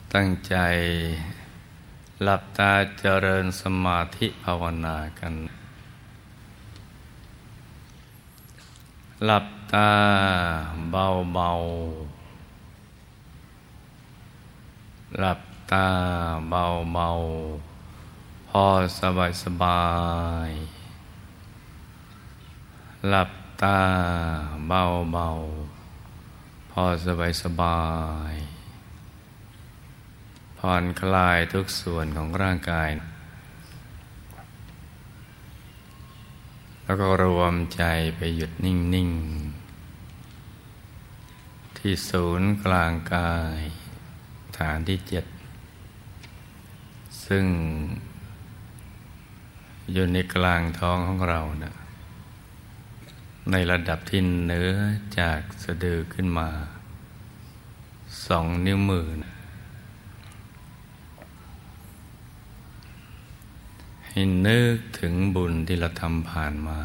ตั้งใจหลับตาเจริญสมาธิภาวนากันหลับตาเบาๆหลับตาเบาๆพอสบายหลับตาเบาๆพอสบายผ่อนคลายทุกส่วนของร่างกายแล้วก็รวมใจไปหยุดนิ่งๆที่ศูนย์กลางกายฐานที่7ซึ่งอยู่ในกลางท้องของเรานะในระดับที่เหนือจากสะดือขึ้นมา2 นิ้วมือนะให้นึกถึงบุญที่เราทำผ่านมา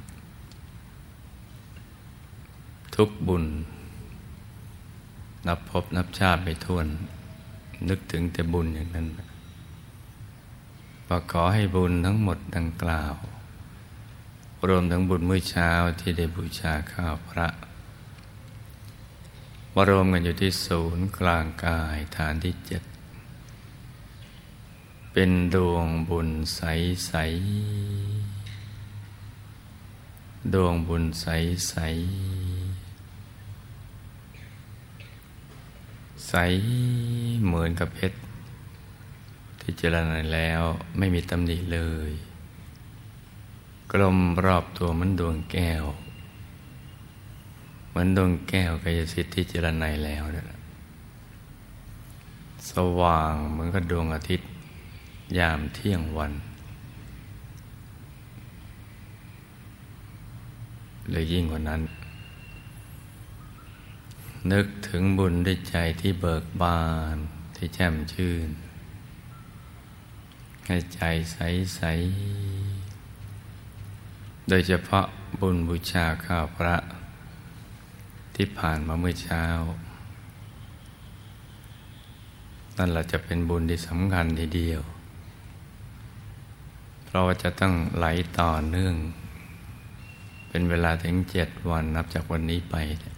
ทุกบุญนับพบนับชาติไม่ถ้วนนึกถึงแต่บุญอย่างนั้นขอให้บุญทั้งหมดดังกล่าวรวมทั้งบุญมื้อเช้าที่ได้บูชาข้าวพระมารวมกันอยู่ที่ศูนย์กลางกายฐานที่7เป็นดวงบุญใสๆดวงบุญใสใสใสเหมือนกับเพชรที่เจริญแล้วไม่มีตำหนิเลยกลมรอบตัวเหมือนดวงแก้วเหมือนดวงแก้วกายสิทธิ์ที่เจริญแล้วนั่นแหละสว่างเหมือนกับดวงอาทิตย์ยามเที่ยงวันหรือยิ่งกว่านั้นนึกถึงบุญด้วยใจที่เบิกบานที่แจ่มชื่นให้ใจใสๆโดยเฉพาะบุญบูชาข้าวพระที่ผ่านมาเมื่อเช้านั่นแหละจะเป็นบุญที่สำคัญทีเดียวเพราะว่าจะต้องไหลต่อเนื่องเป็นเวลาถึง7 วันนับจากวันนี้ไป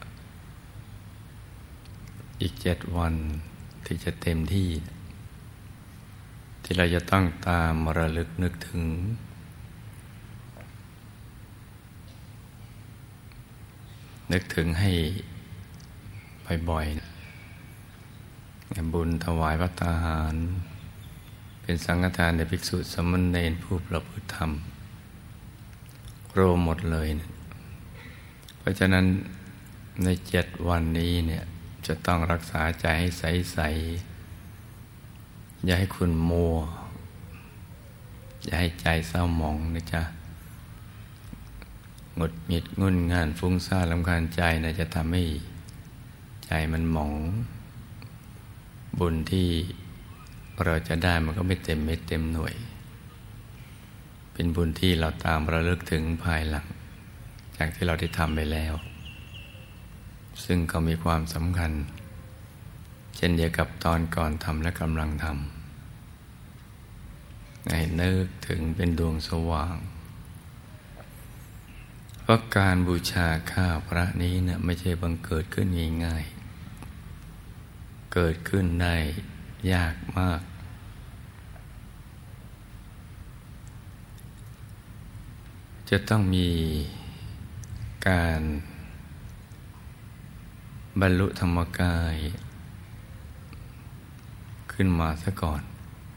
อีก7 วันที่จะเต็มที่ที่เราจะต้องตามระลึกนึกถึงให้บ่อยๆบุญถวายภัตตาหารเป็นสังฆทานแด่ภิกษุสามเณรผู้ประพฤติธรรมรวมหมดเลยนะเพราะฉะนั้นใน7 วันนี้เนี่ยจะต้องรักษาใจให้ใสๆอย่าให้คุณมัวอย่าให้ใจเศร้าหมองนะจ๊ะหงุดหงิดงุ่นง่านฟุ้งซ่านรำคาญใจนะจะทำให้ใจมันหมองบุญที่เราจะได้มันก็ไม่เต็มเม็ดเต็มหน่วยเป็นบุญที่เราตามระลึกถึงภายหลังจากที่เราได้ทำไปแล้วซึ่งก็มีความสำคัญเช่นเดียวกับตอนก่อนทำและกำลังทำให้นึกถึงเป็นดวงสว่างเพราะการบูชาข้าวพระนี้เนี่ยไม่ใช่บังเกิดขึ้นง่ายๆเกิดขึ้นได้ยากมากจะต้องมีการบรรลุธรรมกายขึ้นมาซะก่อน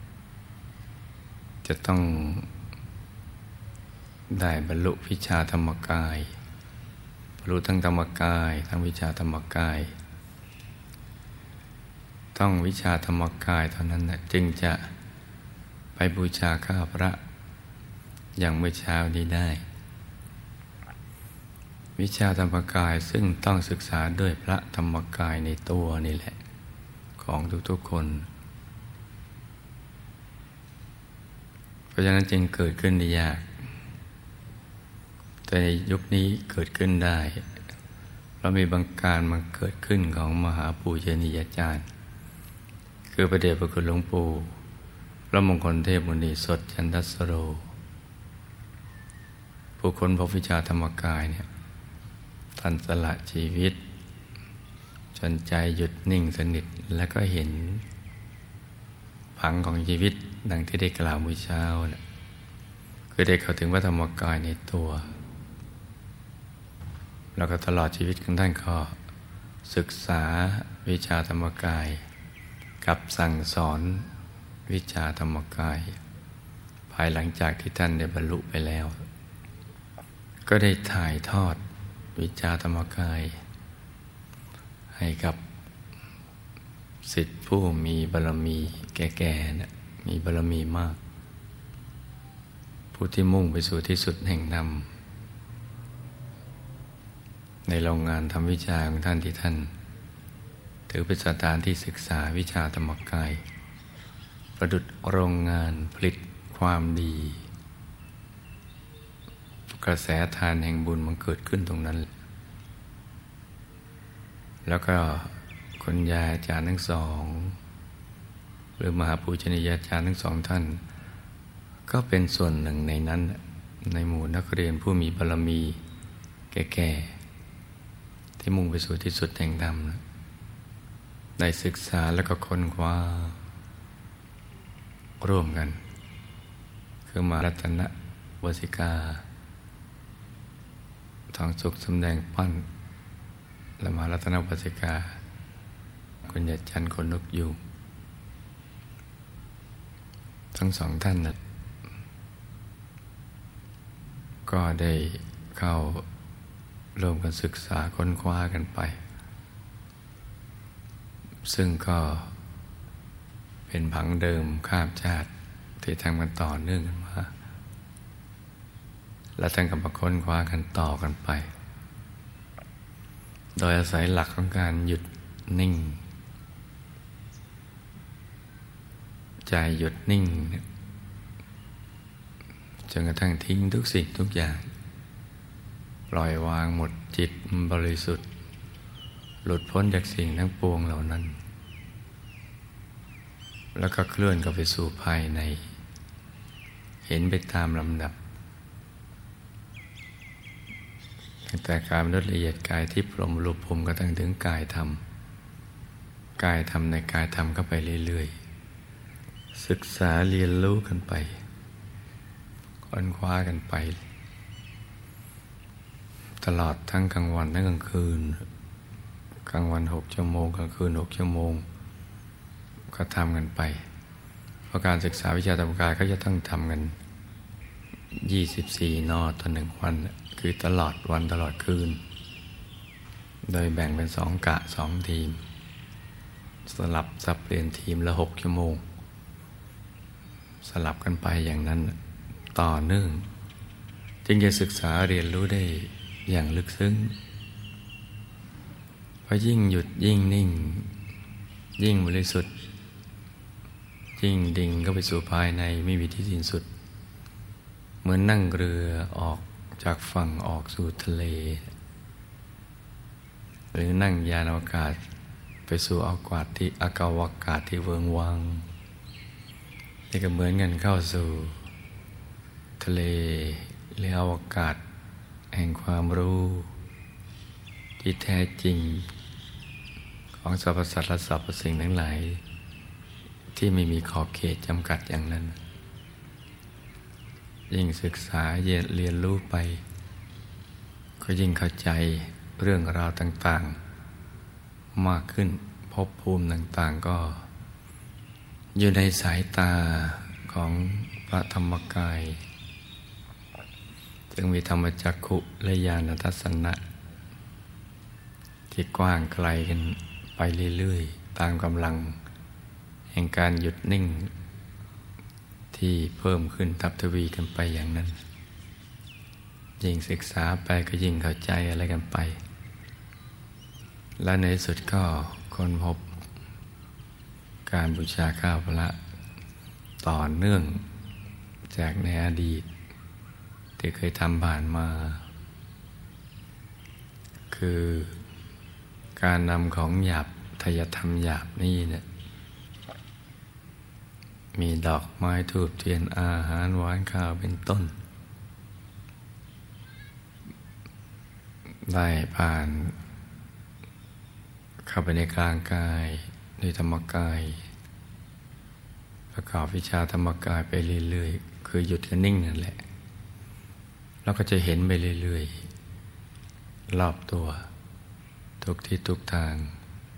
จะต้องได้บรรลุวิชาธรรมกายบรรลุทั้งธรรมกายทั้งวิชาธรรมกายต้องวิชาธรรมกายเท่านั้นนะจึงจะไปบูชาข้าพระอย่างเมื่อเช้านี้ได้วิชาธรรมกายซึ่งต้องศึกษาด้วยพระธรรมกายในตัวนี่แหละของทุกๆคนเพราะฉะนั้นจึงเกิดขึ้นได้ยากแต่ในยุคนี้เกิดขึ้นได้เพราะมีบางการมาเกิดขึ้นของมหาปูชนียาจารย์คือพระเดชพระคุณหลวงปู่พระมงคลเทพมุนีสดจันทสโรผู้ค้นพบวิชาธรรมกายเนี่ยท่านสละชีวิตจนใจหยุดนิ่งสนิทแล้วก็เห็นผังของชีวิตดังที่ได้กล่าวเมื่อเช้านะคือได้เข้าถึงพระธรรมกายในตัวแล้วก็ตลอดชีวิตของท่านก็ศึกษาวิชาธรรมกายกับสั่งสอนวิชาธรรมกายภายหลังจากที่ท่านได้บรรลุไปแล้วก็ได้ถ่ายทอดวิชาธรรมกายให้กับศิษย์ผู้มีบารมีแก่ๆนะมีบารมีมากผู้ที่มุ่งไปสู่ที่สุดแห่งธรรมในโรงงานทำวิชาของท่านที่ท่านถือเป็นสถานที่ศึกษาวิชาธรรมกายประดุจโรงงานผลิตความดีกระแสทานแห่งบุญมันเกิดขึ้นตรงนั้นแล้วก็คุณยายอาจารย์ทั้งสองหรือมหาปูชนียาจารย์ทั้งสองท่านก็เป็นส่วนหนึ่งในนั้นในหมู่นักเรียนผู้มีบารมีแก่ๆที่มุ่งไปสู่ที่สุดแห่งธรรมได้ศึกษาแล้วก็ค้นคว้าร่วมกันคือมหารัตนวสิกาทองสุขสำแดงปั้นและมหารัตนวสิกาคุณยายจันทร์คนนกยูงทั้งสองท่านนะก็ได้เข้าร่วมกันศึกษาค้นคว้ากันไปซึ่งก็เป็นผังเดิมข้ามชาติที่ทำกันต่อเนื่องกันมาและท่านก็มาค้นคว้ากันต่อกันไปโดยอาศัยหลักของการหยุดนิ่งใจหยุดนิ่งจนกระทั่งทิ้งทุกสิ่งทุกอย่างปล่อยวางหมดจิตบริสุทธิ์หลุดพ้นจากสิ่งทั้งปวงเหล่านั้นแล้วก็เคลื่อนเข้าไปสู่ภายในเห็นไปตามลำดับตั้งแต่กายมนุษย์ละเอียดกายที่พรหมรูปภูมิกระทั่งถึงกายธรรมกายธรรมในกายธรรมเข้าไปเรื่อยๆศึกษาเรียนรู้กันไปค้นคว้ากันไปตลอดทั้งกลางวันทั้งกลางคืนกลางวัน6 ชั่วโมงกลางคืน6 ชั่วโมงก็ทำกันไปเพราะการศึกษาวิชาธรรมกายก็จะต้องทำกัน24 น.ต่อ 1 วันคือตลอดวันตลอดคืนโดยแบ่งเป็น2 กะ 2 ทีมสลับสับเปลี่ยนทีมละ6 ชั่วโมงสลับกันไปอย่างนั้นต่อเนื่องจึงจะศึกษาเรียนรู้ได้อย่างลึกซึ้งเพราะยิ่งหยุดยิ่งนิ่งยิ่งบริสุทธิ์ยิ่งดิ่งเข้าไปสู่ภายในไม่มีที่สิ้นสุดเหมือนนั่งเรือออกจากฝั่งออกสู่ทะเลหรือนั่งยานอวกาศไปสู่อากาศที่เวิ้งว้างนี่ก็เหมือนกันเข้าสู่ทะเลหรืออวกาศแห่งความรู้ที่แท้จริงของสรรพสัตว์และสรรพสิ่งทั้งหลายที่ไม่มีขอบเขตจำกัดอย่างนั้นยิ่งศึกษาเรียนรู้ไปก็ยิ่งเข้าใจเรื่องราวต่างๆมากขึ้นภพภูมิต่างๆก็อยู่ในสายตาของพระธรรมกายจึงมีธรรมจักขุและญาณทัสสนะที่กว้างไกลกันไปเรื่อยๆตามกำลังแห่งการหยุดนิ่งที่เพิ่มขึ้นทับทวีกันไปอย่างนั้นยิ่งศึกษาไปก็ยิ่งเข้าใจอะไรกันไปและในที่สุดก็ค้นพบการบูชาข้าวพระต่อเนื่องจากในอดีตที่เคยทำผ่านมาคือการนำของหยาบทายธรรมหยาบนี่เนี่ยมีดอกไม้ธูปเทียนอาหารหวานข้าวเป็นต้นได้ผ่านเข้าไปในกลางกายในธรรมกายประกอบวิชาธรรมกายไปเรื่อยๆคือหยุดกับนิ่งนั่นแหละแล้วก็จะเห็นไปเรื่อยๆรอบตัวทุกที่ทุกทาง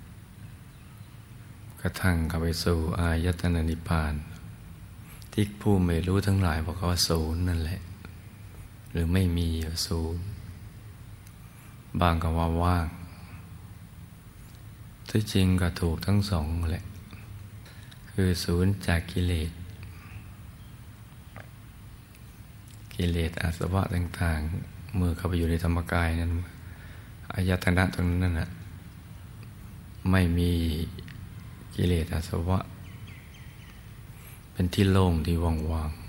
กระทั่งเข้าไปสู่อายตนะนิพพานที่ผู้ไม่รู้ทั้งหลายบอกว่าศูนย์นั่นแหละหรือไม่มีศูนย์บางก็ว่าว่างที่จริงก็ถูกทั้งสองแหละคือศูนย์จากกิเลสอาสวะต่างๆเมื่อเข้าไปอยู่ในธรรมกายนั้นอายตนะตรงนั้นน่ะไม่มีกิเลสอาสวะเป็นที่โล่งที่ว่าง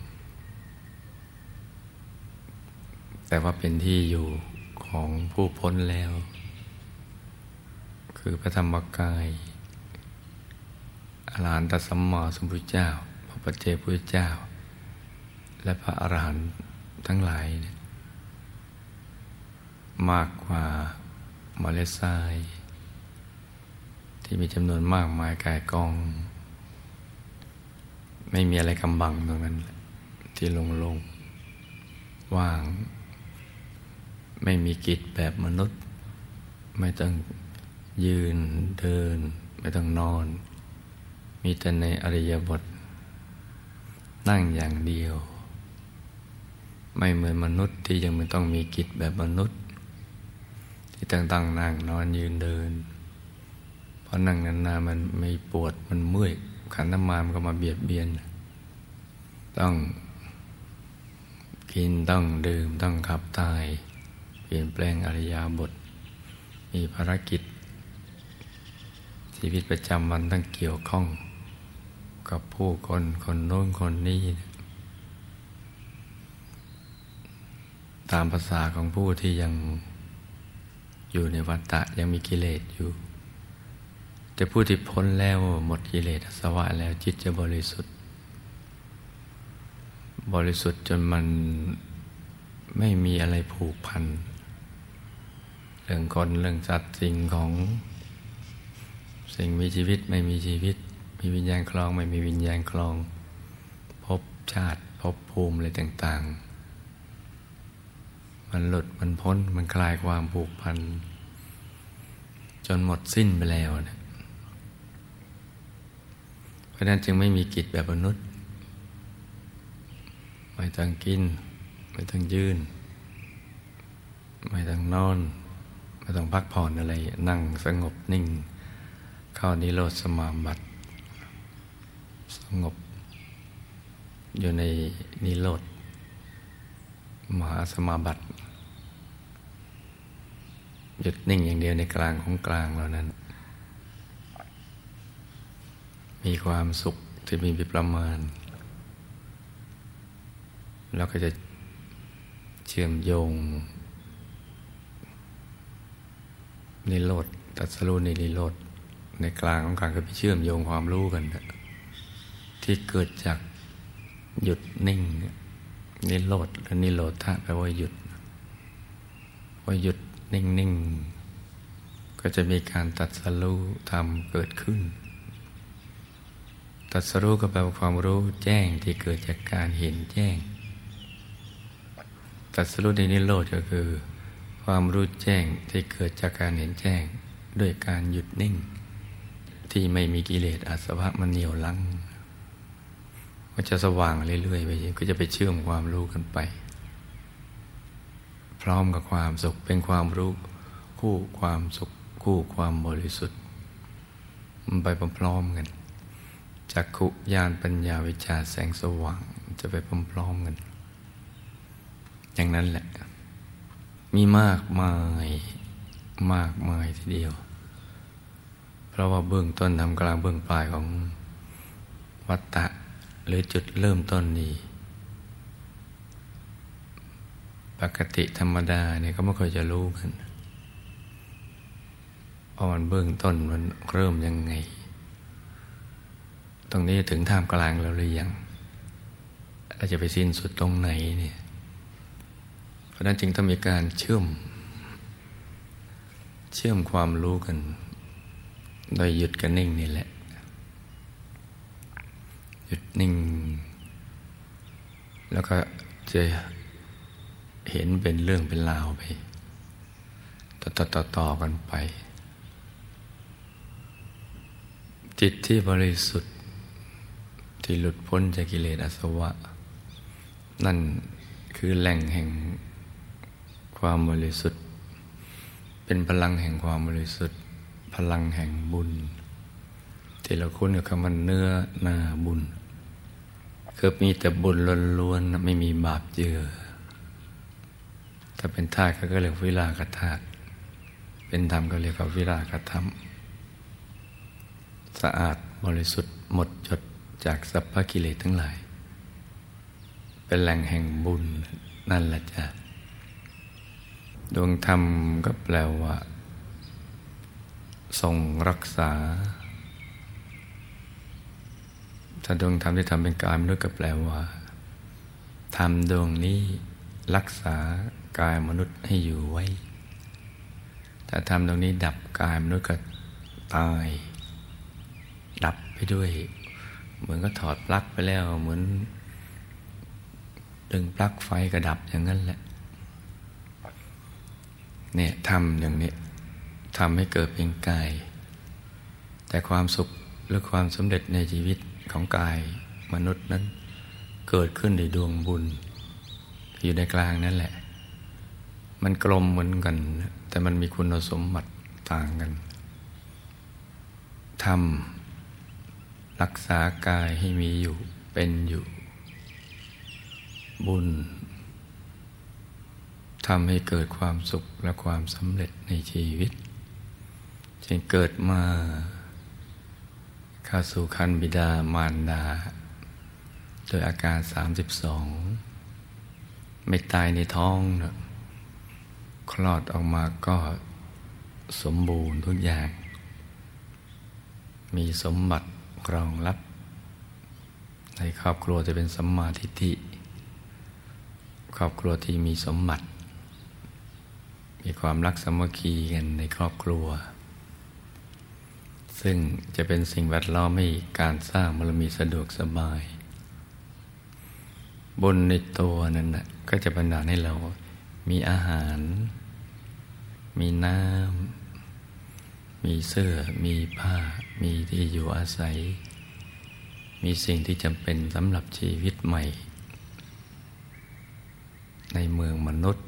ๆแต่ว่าเป็นที่อยู่ของผู้พ้นแล้วคือพระธรรมกายอรหันตสัมมาสัมพุทธเจ้าพระปัจเจกพุทธเจ้าและพระอรหันต์ทั้งหลายเนี่ยมากกว่าเมล็ดทรายที่มีจำนวนมากมายก่ายกองไม่มีอะไรกำบังตรงนั้นที่ลงว่างไม่มีกิจแบบมนุษย์ไม่ต้องยืนเดินไม่ต้องนอนมีแต่ในอริยบทนั่งอย่างเดียวไม่เหมือนมนุษย์ที่ยังไม่ต้องมีกิจแบบมนุษย์ที่ตั้งนั่งนอนยืนเดินเพราะนั่งนานๆมันไม่ปวดมันเมื่อยขันธ์มารมันก็มาเบียดเบียนต้องกินต้องดื่มต้องขับถ่ายเปลี่ยนแปลงอิริยาบถมีภารกิจชีวิตประจำวันต้องเกี่ยวข้องกับผู้คนโน้นคนนี้ตามภาษาของผู้ที่ยังอยู่ในวัฏฏะยังมีกิเลสอยู่แต่ผู้ที่พ้นแล้วหมดกิเลสอาสวะแล้วจิตจะบริสุทธิ์จนมันไม่มีอะไรผูกพันเรื่องคนเรื่องสัตว์สิ่งของสิ่งมีชีวิตไม่มีชีวิตมีวิญญาณคลองไม่มีวิญญาณคลองภพชาติภพภูมิอะไรต่างๆมันหลุดมันพ้นมันคลายความผูกพันจนหมดสิ้นไปแล้วนะเพราะนั้นจึงไม่มีกิจแบบมนุษย์ไม่ต้องกินไม่ต้องยืนไม่ต้องนอนไม่ต้องพักผ่อนอะไรนั่งสงบนิ่งเข้านิโรธสมาบัติสงบอยู่ในนิโรธมหาสมาบัติหยุดนิ่งอย่างเดียวในกลางของกลางเหล่านั้นมีความสุขที่มีประมาณแล้วก็จะเชื่อมโยงนิโรธตรัสรู้ในนิโรธในกลางของกลางก็ไปเชื่อมโยงความรู้กันที่เกิดจากหยุดนิ่งนิโรธหรือนิโรธะแปลว่าหยุดนิ่งก็จะมีการตรัสรู้ธรรมเกิดขึ้นตรัสรู้ก็แปลว่าความรู้แจ้งที่เกิดจากการเห็นแจ้งตรัสรู้ในนิโรธก็คือความรู้แจ้งที่เกิดจากการเห็นแจ้งด้วยการหยุดนิ่งที่ไม่มีกิเลสอาสวะมันเหนี่ยวรั้งก็จะสว่างเรื่อยๆไปก็จะไปเชื่อมความรู้กันไปพร้อมกับความสุขเป็นความรู้คู่ความสุขคู่ความบริสุทธิ์มันไปพร้อมๆกันจักขุญาณปัญญาวิชาแสงสว่างจะไปพร้อมๆกันอย่างนั้นแหละมีมากมายทีเดียวเพราะว่าเบื้องต้นทำกลางเบื้องปลายของวัฏฏะหรือจุดเริ่มต้นนี้ปกติธรรมดาเนี่ยก็ไม่ค่อยจะรู้กันเพราะมันเบื้องต้นมันเริ่มยังไงตรงนี้ถึงท่ามกลางเราหรือยังเราจะไปสิ้นสุดตรงไหนเนี่ยเพราะนั้นจึงต้องมีการเชื่อมความรู้กันโดยหยุดกับนิ่งนี่แหละหยุดนิ่งแล้วก็จะเห็นเป็นเรื่องเป็นราวไปต่อกันไปจิตที่บริสุทธิ์ที่หลุดพ้นจากกิเลสอาสวะนั่นคือแหล่งแห่งความบริสุทธิ์เป็นพลังแห่งความบริสุทธิ์พลังแห่งบุญที่เราคุ้นกับคำว่าเนื้อนาบุญคือมีแต่บุญล้วนๆไม่มีบาปเจือถ้าเป็นธาตุก็เรียกวิรากธาตุเป็นธรรมก็เรียกว่าวิรากธรรมสะอาดบริสุทธิ์หมดจดจากสัพพกิเลสทั้งหลายเป็นแหล่งแห่งบุญนั่นแหละจ้ะดวงธรรมก็แปลว่าทรงรักษาถ้าดวงธรรมที่ทำเป็นกายมนุษย์ก็แปลว่าธรรมดวงนี้รักษากายมนุษย์ให้อยู่ไว้ถ้าธรรมดวงนี้ดับกายมนุษย์ก็ตายดับไปด้วยเหมือนก็ถอดปลั๊กไปแล้วเหมือนดึงปลั๊กไฟก็ดับอย่างนั้นแหละเนี่ยทำอย่างนี้ทำให้เกิดเป็นกายแต่ความสุขหรือความสำเร็จในชีวิตของกายมนุษย์นั้นเกิดขึ้นในดวงบุญอยู่ในกลางนั่นแหละมันกลมเหมือนกันแต่มันมีคุณสมบัติต่างกันทำรักษากายให้มีอยู่เป็นอยู่บุญทำให้เกิดความสุขและความสำเร็จในชีวิตจึงเกิดมาเข้าสู่ครรภ์บิดามารดาโดยอาการ32ไม่ตายในท้องนะคลอดออกมาก็สมบูรณ์ทุกอย่างมีสมบัติรองรับในครอบครัวจะเป็นสัมมาทิฏฐิครอบครัวที่มีสมบัติมีความรักสามัคคีกันในครอบครัวซึ่งจะเป็นสิ่งแวดล้อมให้การสร้างบารมีสะดวกสบายบุญในตัวนั้นน่ะก็จะบันดาลให้เรามีอาหารมีน้ำมีเสื้อมีผ้ามีที่อยู่อาศัยมีสิ่งที่จำเป็นสำหรับชีวิตใหม่ในเมืองมนุษย์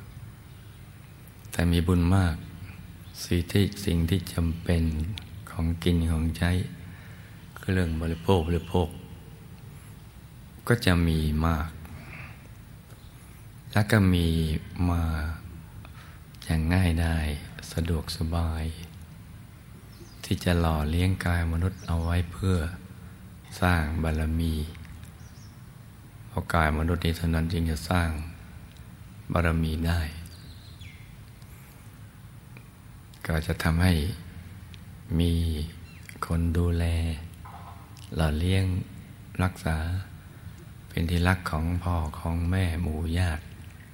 แต่มีบุญมากสิ่งที่จำเป็นของกินของใช้คือเรื่องบริโภคก็จะมีมากและก็มีมาอย่างง่ายได้สะดวกสบายที่จะหล่อเลี้ยงกายมนุษย์เอาไว้เพื่อสร้างบารมีเพราะกายมนุษย์นี้เท่านั้นจึงจะสร้างบารมีได้ก็จะทำให้มีคนดูแลหล่อเลี้ยงรักษาเป็นที่รักของพ่อของแม่หมู่ญาติ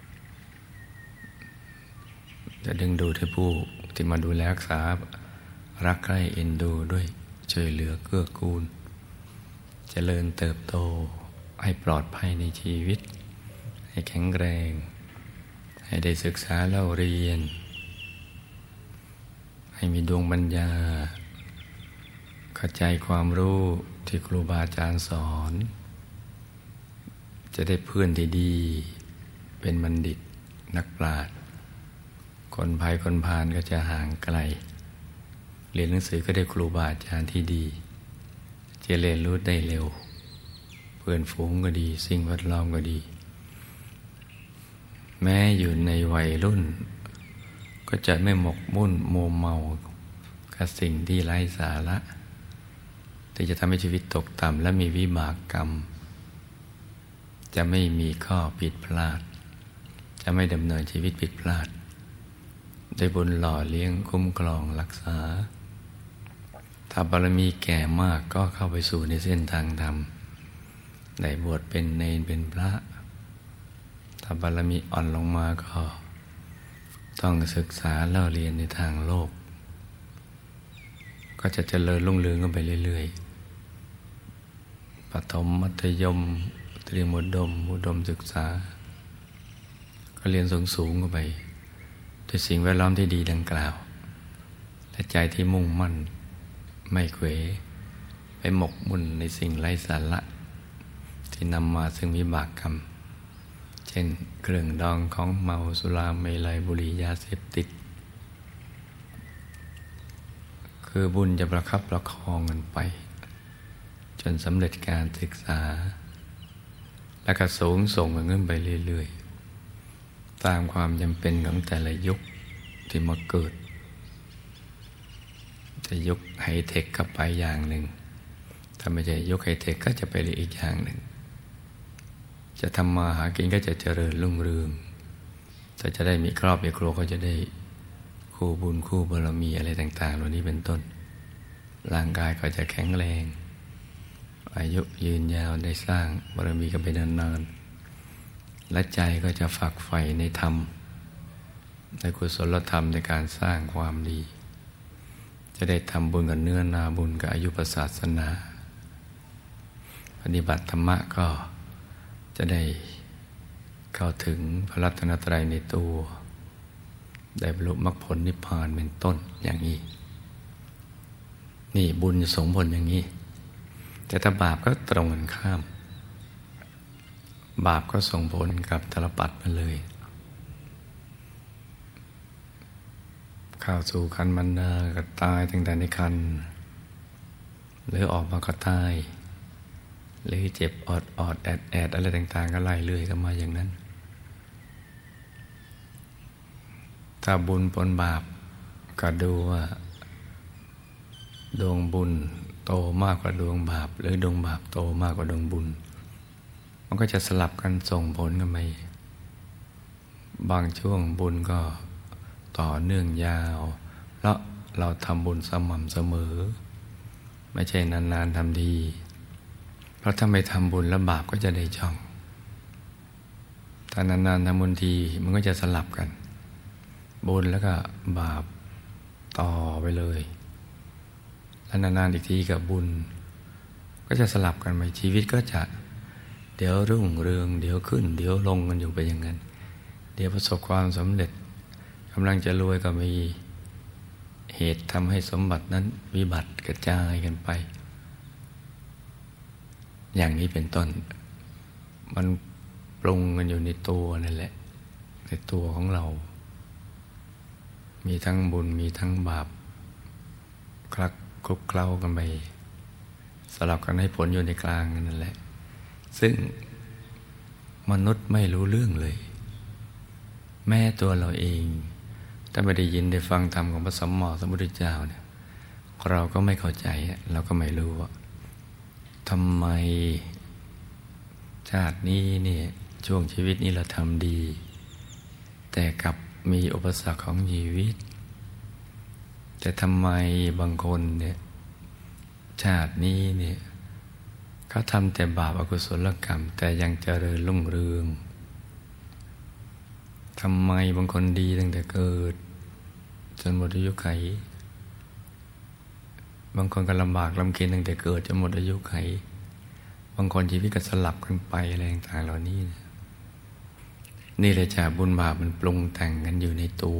จะดึงดูดให้ผู้ที่มาดูแลรักษารักใคร่เอ็นดูด้วยช่วยเหลือเกื้อกูลเจริญเติบโตให้ปลอดภัยในชีวิตให้แข็งแรงให้ได้ศึกษาเล่าเรียนให้มีดวงปัญญาเข้าใจความรู้ที่ครูบาอาจารย์สอนจะได้เพื่อนที่ดีเป็นบัณฑิตนักปราชญ์คนภัยคนพาลก็จะห่างไกลเรียนหนังสือก็ได้ครูบาอาจารย์ที่ดีจะเรียนรู้ได้เร็วเพื่อนฝูงก็ดีสิ่งแวดล้อมก็ดีแม้อยู่ในวัยรุ่นก็จะไม่หมกมุ่นมัวเมากับสิ่งที่ไร้สาระที่จะทำให้ชีวิตตกต่ำและมีวิบากกรรมจะไม่มีข้อผิดพลาดจะไม่ดำเนินชีวิตผิดพลาดได้บุญหล่อเลี้ยงคุ้มครองรักษาทถ้าบารมีแก่มากก็เข้าไปสู่ในเส้นทางธรรมได้บวชเป็นเณรเป็นพระถ้าบารมีอ่อนลงมาก็ต้องศึกษาเล่าเรียนในทางโลกก็จะเจริญรุ่งเรืองกันไปเรื่อยๆประถมมัธยมเตรียมอุดมศึกษาก็เรียนสูงกันไปด้วยสิ่งแวดล้อมที่ดีดังกล่าวและใจที่มุ่งมั่นไม่เขวไปหมกมุ่นในสิ่งไร้สาระที่นำมาซึ่งวิบากกรรมเช่นเครื่องดองของเมาสุราเมลัยบุหรี่ยาเสพติดคือบุญจะประคับประคองกันไปจนสำเร็จการศึกษาและก็สูงส่งกันขึ้นไปเรื่อยๆตามความจำเป็นของแต่ละยุคที่มาเกิดจะยุคไฮเทคก็ไปอย่างหนึ่งถ้าไม่ใช่ยุคไฮเทคก็จะไปอีกอย่างหนึ่งจะทำมาหากินก็จะเจริญรุ่งเรืองแต่จะได้มีครอบครัวก็จะได้คู่บุญคู่บารมีอะไรต่างๆเหล่านี้เป็นต้นร่างกายก็จะแข็งแรงอายุยืนยาวได้สร้างบารมีกันไปนานๆและใจก็จะฝักใฝ่ในธรรมในกุศลธรรมในการสร้างความดีจะได้ทำบุญกับเนื้อนาบุญกับอายุศาสนาปฏิบัติธรรมะก็จะได้เข้าถึงพระรัตนตรัยในตัวได้บรรลุมรรคผลนิพพานเป็นต้นอย่างนี้นี่บุญส่งผลอย่างนี้แต่ถ้าบาปก็ตรงกันข้ามบาปก็ส่งผลกับตลปัดมาเลยเข้าสู่คันมารดาก็ตายตั้งแต่ในคันหรือออกมาก็ตายหรือเจ็บออดแอดอะไรต่างๆก็ไล่เรื่อยกันมาอย่างนั้นถ้าบุญปนบาปก็ดูว่าดวงบุญโตมากกว่าดวงบาปหรือดวงบาปโตมากกว่าดวงบุญมันก็จะสลับกันส่งผลกันไปบางช่วงบุญก็ต่อเนื่องยาวเพราะเราทำบุญสม่ำเสมอไม่ใช่นานๆทำทีเพราะถ้าไม่ทำบุญแล้วบาปก็จะได้ช่องถ้านานๆทำบุญทีมันก็จะสลับกันบุญแล้วก็บาปต่อไปเลยแล้วนานๆอีกทีกับบุญก็จะสลับกันไปชีวิตก็จะเดี๋ยวรุ่งเรืองเดี๋ยวขึ้นเดี๋ยวลงกันอยู่ไปอย่างนั้นเดี๋ยวประสบความสำเร็จกำลังจะรวยก็มีเหตุทำให้สมบัตินั้นวิบัติกระจายกันไปอย่างนี้เป็นต้นมันปรุงกันอยู่ในตัวนั่นแหละในตัวของเรามีทั้งบุญมีทั้งบาปคลุกเคล้ากันไปสลับกันให้ผลอยู่ในกลางนั่นแหละซึ่งมนุษย์ไม่รู้เรื่องเลยแม้ตัวเราเองถ้าไม่ได้ยินได้ฟังธรรมของพระสัมมาสัมพุทธเจ้าเนี่ยเราก็ไม่เข้าใจเราก็ไม่รู้ว่าทำไมชาตินี้เนี่ยช่วงชีวิตนี้เราทำดีแต่กลับมีอุปสรรคของชีวิตแต่ทำไมบางคนเนี่ยชาตินี้เนี่ยเขาทำแต่บาปอกุศลกรรมแต่ยังเจริญรุ่งเรืองทำไมบางคนดีตั้งแต่เกิดจนหมดอายุขัยบางคนก็ลำบากลำเค็ญตั้งแต่เกิดจนหมดอายุขัยบางคนชีวิตก็สลับกันไปอะไรต่างๆเหล่านี้นี่เลยจ้ะบุญบาปมันปรุงแต่งกันอยู่ในตัว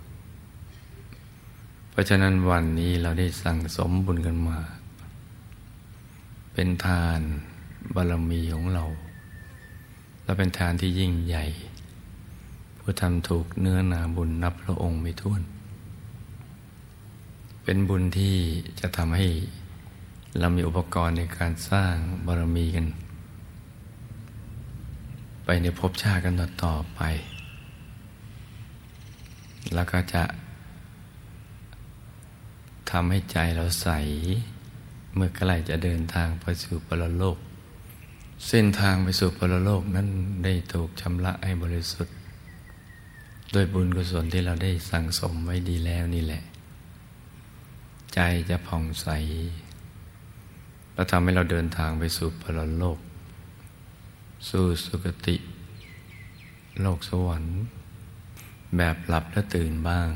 เพราะฉะนั้นวันนี้เราได้สั่งสมบุญกันมาเป็นทานบารมีของเราและเป็นทานที่ยิ่งใหญ่ผู้ทำถูกเนื้อนาบุญนับพระองค์ไม่ถ้วนเป็นบุญที่จะทำให้เรามีอุปกรณ์ในการสร้างบารมีกันไปในภพชาติกันต่อไปแล้วก็จะทำให้ใจเราใสเมื่อใกล้จะเดินทางไปสู่ปรโลกเส้นทางไปสู่ปรโลกนั้นได้ถูกชำระให้บริสุทธิ์ด้วยบุญกุศลที่เราได้สั่งสมไว้ดีแล้วนี่แหละใจจะผ่องใสแล้วทำให้เราเดินทางไปสู่ปรโลกสู่สุคติโลกสวรรค์แบบหลับและตื่นบ้าง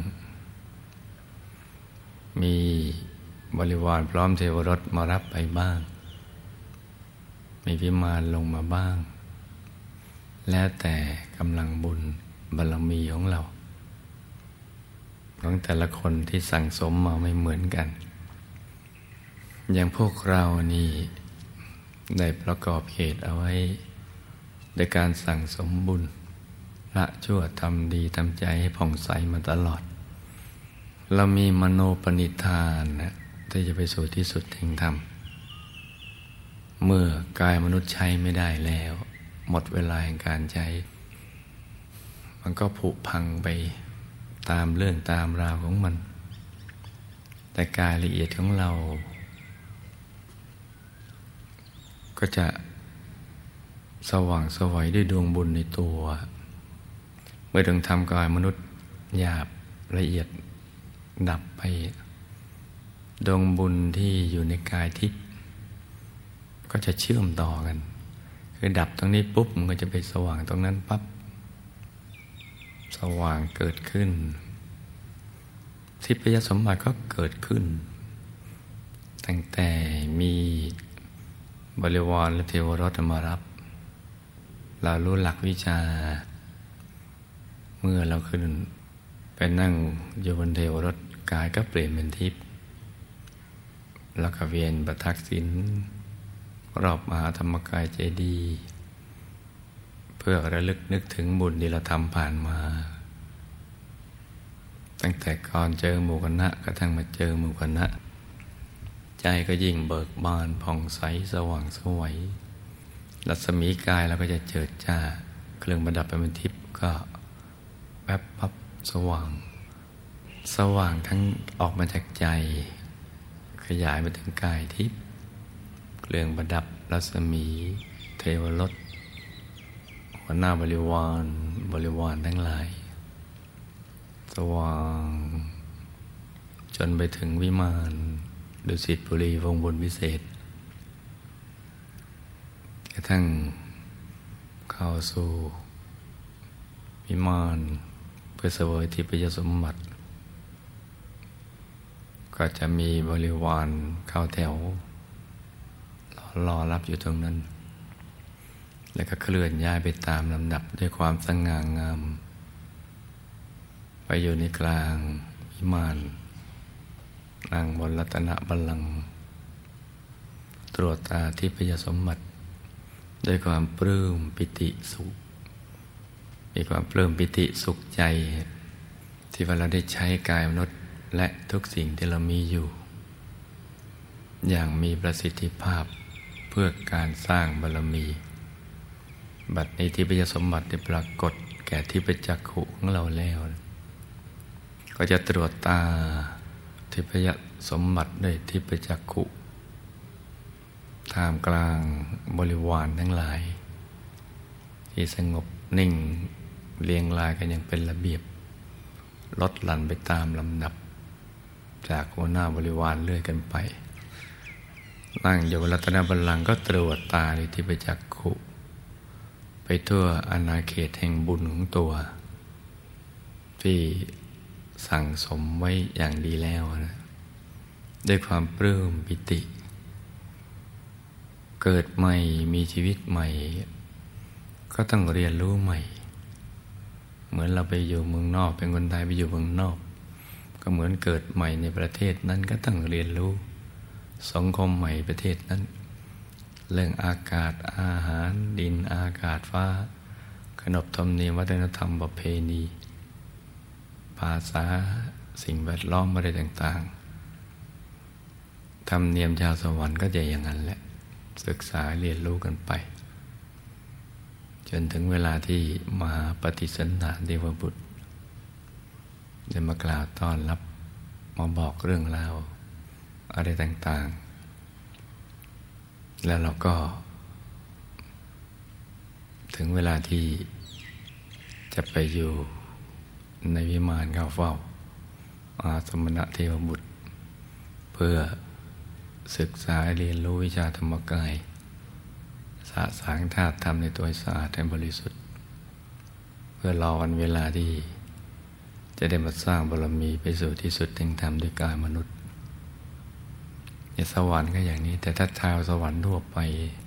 มีบริวารพร้อมเทวรสมารับไปบ้างมีวิมานลงมาบ้างแล้วแต่กำลังบุญบารมีของเราของแต่ละคนที่สั่งสมมาไม่เหมือนกันอย่างพวกเรานี่ได้ประกอบเหตุเอาไว้ในการสั่งสมบุญละชั่วทำดีทำใจให้ผ่องใสมาตลอดเรามีมโนปณิธานนะที่จะไปสู่ที่สุดแห่งธรรมเมื่อกายมนุษย์ใช้ไม่ได้แล้วหมดเวลาแห่งการใช้มันก็ผุพังไปตามเรื่องตามราวของมันแต่กายละเอียดของเราก็จะสว่างไสวด้วยดวงบุญในตัวเมื่อดวงธรรมกายมนุษย์หยาบละเอียดดับไปดวงบุญที่อยู่ในกายทิพย์ก็จะเชื่อมต่อกันคือดับตรงนี้ปุ๊บมันก็จะไปสว่างตรงนั้นปั๊บสว่างเกิดขึ้นทิพยสมบัติก็เกิดขึ้นตั้งแต่มีบริวารและเทวรสมารับเรารู้หลักวิชาเมื่อเราขึ้นไปนั่งอยู่บนเทวรสกายก็เปลี่ยนเป็นทิพย์แล้วก็เวียนประทักษิณรอบมหาธรรมกายเจดีย์เพื่อระลึกนึกถึงบุญที่เราทำผ่านมาตั้งแต่ก่อนเจอหมู่คณะกระทั่งมาเจอหมู่คณะใจก็ยิ่งเบิกบานผ่องใสสว่างไสวรัศมีกายเราก็จะเจิดจ้าเครื่องประดับเป็นทิพย์ก็แวบปั๊บสว่างทั้งออกมาจากใจขยายไปถึงกายทิพย์เครื่องประดับรัศมีเทวรสหัวหน้าบริวารทั้งหลายสว่างจนไปถึงวิมานดุสิตบุรีวงบนวิเศษกระทั่งเข้าสู่วิมานเพื่อเสวยทิพยสมบัติก็จะมีบริวารเข้าแถวรอรับอยู่ตรงนั้นแล้วก็เคลื่อนย้ายไปตามลำดับด้วยความสง่างามไปอยู่ในกลางวิมานนั่งบนรัตนบัลลังก์ตรวจตาทิพยสมบัติด้วยความปลื้มปิติสุขมีความปลื้มปิติสุขใจที่ว่าเราได้ใช้กายมนุษย์และทุกสิ่งที่เรามีอยู่อย่างมีประสิทธิภาพเพื่อการสร้างบารมีบัดนี้ทิพยสมบัติได้ปรากฏแก่ทิพยจักขุของเราแล้วก็จะตรวจตาทิพยสมบัติด้วยทิพยจักขุท่ามกลางบริวารทั้งหลายที่สงบนิ่งเรียงรายกันอย่างเป็นระเบียบลดหลั่นไปตามลำดับจากหัวหน้าบริวารเลื่อยกันไปนั่งอยู่บนรัตนบัลลังก์ก็ตรวจตาด้วยทิพยจักขุไปทั่วอาณาเขตแห่งบุญของตัวที่สั่งสมไว้อย่างดีแล้วนะด้วยความปลื้มปิติเกิดใหม่มีชีวิตใหม่ก็ต้องเรียนรู้ใหม่เหมือนเราไปอยู่เมืองนอกเป็นคนไทยไปอยู่เมืองนอกก็เหมือนเกิดใหม่ในประเทศนั้นก็ต้องเรียนรู้สังคมใหม่ประเทศนั้นเรื่องอากาศอาหารดินอากาศฟ้าขนบธรรมเนียมวัฒนธรรมประเพณีภาษาสิ่งแวดล้อมอะไรต่างๆธรรมเนียมชาวสวรรค์ก็จะอย่างนั้นแหละศึกษาเรียนรู้กันไปจนถึงเวลาที่มหาปฏิสันถานเทวบุตรได้มากล่าวต้อนรับมาบอกเรื่องราวอะไรต่างๆแล้วเราก็ถึงเวลาที่จะไปอยู่ในวิมานเข้าเฝ้าอาสมณเทวบุตรเพื่อศึกษาเรียนรู้วิชาธรรมกายสะสางธาตุธรรมในตัวให้สะอาดและบริสุทธิ์เพื่อรอวันเวลาที่จะได้มาสร้างบารมีไปสู่ที่สุดแห่งธรรมด้วยกายมนุษย์ในสวรรค์ก็อย่างนี้แต่ถ้าชาวสวรรค์ทั่วไป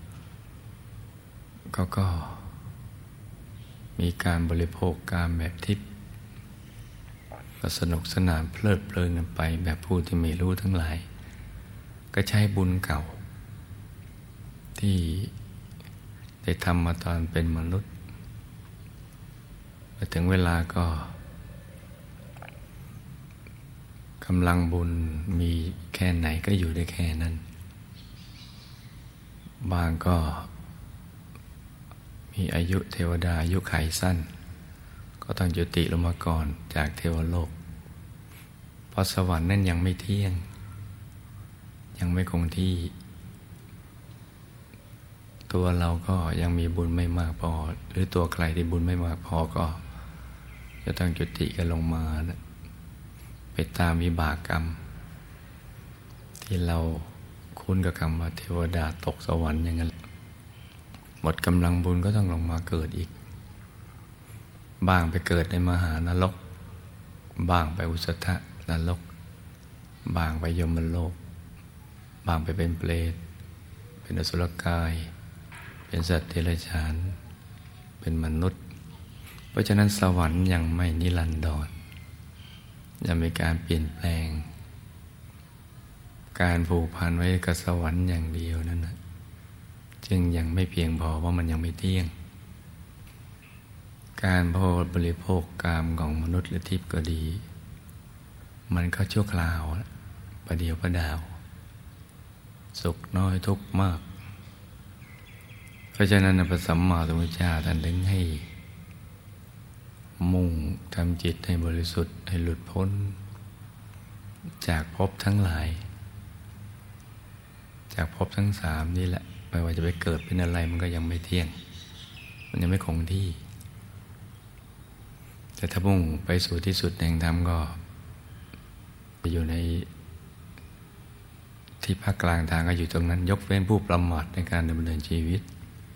ก็มีการบริโภคกามแบบทิพย์ก็สนุกสนานเพลิดเพลินกันไปแบบผู้ที่ไม่รู้ทั้งหลายก็ใช้บุญเก่าที่ได้ทำมาตอนเป็นมนุษย์พอถึงเวลาก็กำลังบุญมีแค่ไหนก็อยู่ได้แค่นั้นบางก็มีอายุเทวดาอายุขัยสั้นก็ต้องยุติลงมาก่อนจากเทวโลกเพราะสวรรค์นั่นยังไม่เที่ยงยังไม่คงที่ตัวเราก็ยังมีบุญไม่มากพอหรือตัวใครที่บุญไม่มากพอก็จะต้องจุติกันลงมานะไปตามวิบากกรรมที่เราคุ้นกับคำว่าเทวดาตกสวรรค์อย่างนั้นหมดกำลังบุญก็ต้องลงมาเกิดอีกบ้างไปเกิดในมหานรกบ้างไปอุสธนรกบ้างไปยมโลกบ้างไปเป็นเปรตเป็นอสุรกายเป็นสัตว์เดรัจฉานเป็นมนุษย์เพราะฉะนั้นสวรรค์ยังไม่นิรันดรยังมีการเปลี่ยนแปลงการผูกพันไว้กับสวรรค์อย่างเดียวนั้นนะจึงยังไม่เพียงพอเพราะมันยังไม่เที่ยงการบริโภคกามของมนุษย์หรือทิพย์ก็ดีมันก็ชั่วคราวประเดียวประดาวสุขน้อยทุกข์มากเพราะฉะนั้นพระสัมมาสัมพุทธเจ้าท่านถึงให้มุ่งทำจิตให้บริสุทธิ์ให้หลุดพ้นจากภพทั้งหลายจากภพทั้งสามนี่แหละไม่ว่าจะไปเกิดเป็นอะไรมันก็ยังไม่เที่ยงมันยังไม่คงที่แต่ถ้ามุ่งไปสู่ที่สุดแห่งธรรมก็จะอยู่ในที่ภาคกลางทางก็อยู่ตรงนั้นยกเว้นผู้ประมาทในการดำเนินชีวิต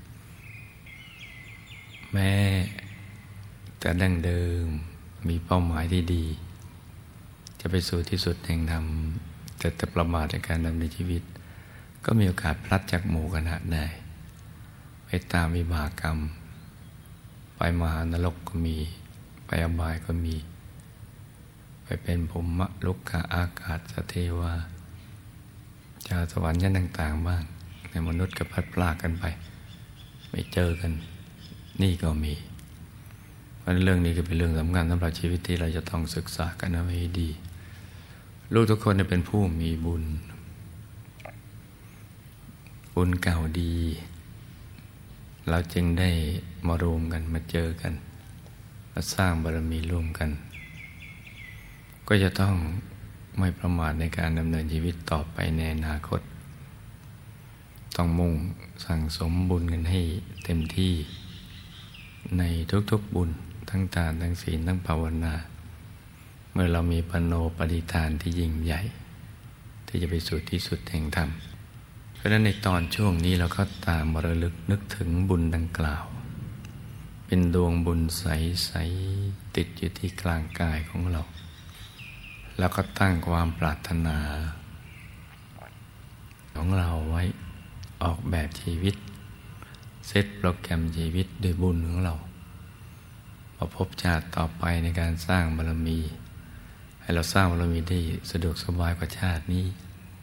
แม้แต่ดั้งเดิมมีเป้าหมายที่ดีจะไปสู่ที่สุดแห่งธรรมแต่ประมาทในการดำเนินชีวิตก็มีโอกาสพลัดจากหมู่คณะได้ไปตามวิบากกรรมไปมหานรกก็มีไปอบายก็มีไปเป็นพรหมลุกขะอากาศสเทวาชาวสวรรค์ชั้นต่างๆบ้างในมนุษย์ก็พลัดพรากกันไปไม่เจอกันนี่ก็มีเพราะเรื่องนี้ก็เป็นเรื่องสำคัญสำหรับชีวิตที่เราจะต้องศึกษากันเอาไว้ดีลูกทุกคนเป็นผู้มีบุญเก่าดีเราจึงได้มารวมกันมาเจอกันมาสร้างบารมีร่วมกันก็จะต้องไม่ประมาทในการดำเนินชีวิตต่อไปในอนาคตต้องมุ่งสั่งสมบุญกันให้เต็มที่ในทุกๆบุญทั้งทานทั้งศีลทั้งภาวนาเมื่อเรามีปโนปฏิฐานที่ยิ่งใหญ่ที่จะไปสู่ที่สุดแห่งธรรมเพราะฉะนั้นในตอนช่วงนี้เราก็ตามระลึกนึกถึงบุญดังกล่าวเป็นดวงบุญใสๆติดอยู่ที่กลางกายของเราแล้วก็ตั้งความปรารถนาของเราไว้ออกแบบชีวิตเซตโปรแกรมชีวิตด้วยบุญของเราพอพบชาติต่อไปในการสร้างบารมีให้เราสร้างบารมีได้สะดวกสบายกว่าชาตินี้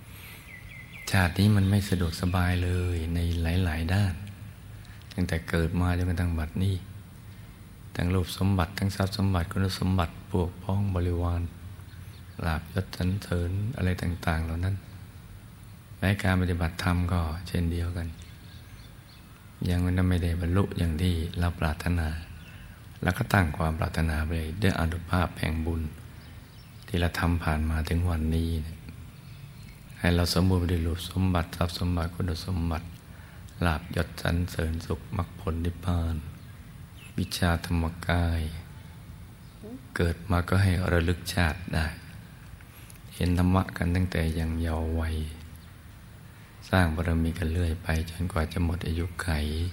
มันไม่สะดวกสบายเลยในหลายๆด้านตั้งแต่เกิดมาจนกระทั่งบัดนี้ทั้งรูปสมบัติทั้งทรัพย์สมบัติคุณสมบัติพวกพ้องบริวารลาภยศสรรเสริญอะไรต่างๆเหล่านั้นแม้การปฏิบัติธรรมก็เช่นเดียวกันยังไม่ได้บรรลุอย่างที่เราปรารถนาแล้วก็ตั้งความปรารถนาไปด้วยอานุภาพแห่งบุญที่เราทำผ่านมาถึงวันนี้ให้เราสมบูรณ์ด้วยรูปสมบัติทรัพย์สมบัติคุณสมบัติลาภยศสรรเสริญสุขมรรคผลนิพพานวิชาธรรมกายเกิดมาก็ให้ระลึกชาติได้เห็นธรรมะกันตั้งแต่ยังเยาว์วัยสร้างบารมีกันเรื่อยไปจนกว่าจะหมดอายุไข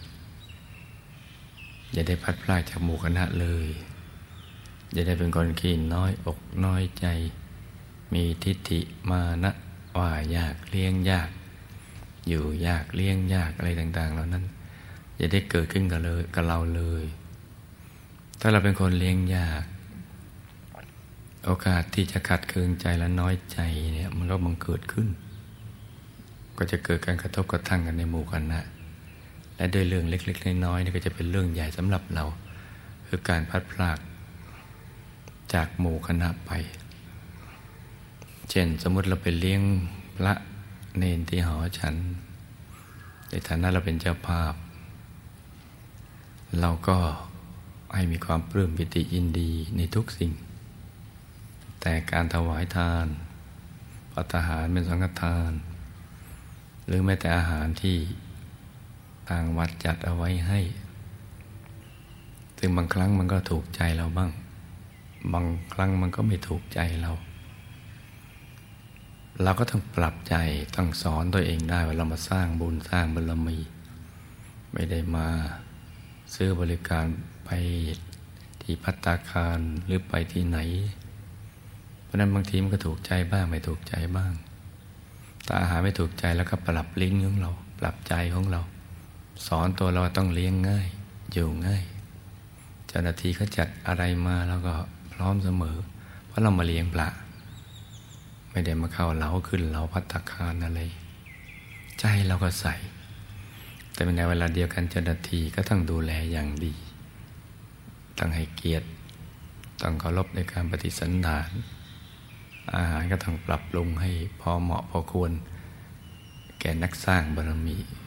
อย่าได้พัดพลาดจากหมู่คณะเลยอย่าได้เป็นคนขี้น้อยอกน้อยใจมีทิฏฐิมานะว่ายากเลี้ยงยากอยู่ยากเลี้ยงยากอะไรต่างๆเหล่านั้นอย่าได้เกิดขึ้นกับเราเลยถ้าเราเป็นคนเลี้ยงยากโอกาสที่จะขัดเคืองใจและน้อยใจเนี่ยมันก็บังเกิดขึ้นก็จะเกิดการกระทบกระทั่งกันในหมู่คณะและด้วยเรื่องเล็กๆน้อยๆนี่ก็จะเป็นเรื่องใหญ่สำหรับเราคือการพัดพรากจากหมู่คณะไปเช่นสมมติเราไปเลี้ยงพระเนนที่หอฉันในฐานะเราเป็นเจ้าภาพเราก็ให้มีความปลื้มปิติยินดีในทุกสิ่งแต่การถวายทานภัตตาหารเป็นสังฆทานหรือแม้แต่อาหารที่ทางวัดจัดเอาไว้ให้ซึ่งบางครั้งมันก็ถูกใจเราบ้างบางครั้งมันก็ไม่ถูกใจเราก็ต้องปรับใจต้องสอนตัวเองได้ว่าเรามาสร้างบุญสร้างบารมีไม่ได้มาซื้อบริการไปที่ภัตตาคารหรือไปที่ไหนเพราะนั้นบางทีมันก็ถูกใจบ้างไม่ถูกใจบ้างแต่อาหารไม่ถูกใจแล้วก็ปรับลิ้นของเราปรับใจของเราสอนตัวเราต้องเลี้ยงง่ายอยู่ง่ายเจ้าหน้าที่เขาจัดอะไรมาแล้วก็พร้อมเสมอเพราะเรามาเลี้ยงพระไม่ได้มาเข้าเล้าขึ้นเล้าภัตตาคารอะไรใจเราก็ใส่แต่ในเวลาเดียวกันเจ้าหน้าที่ก็ต้องดูแลอย่างดีต้องให้เกียรติต้องเคารพในการปฏิสันถานอาหารก็ต้องปรับปรุงให้พอเหมาะพอควรแก่นักสร้างบารมี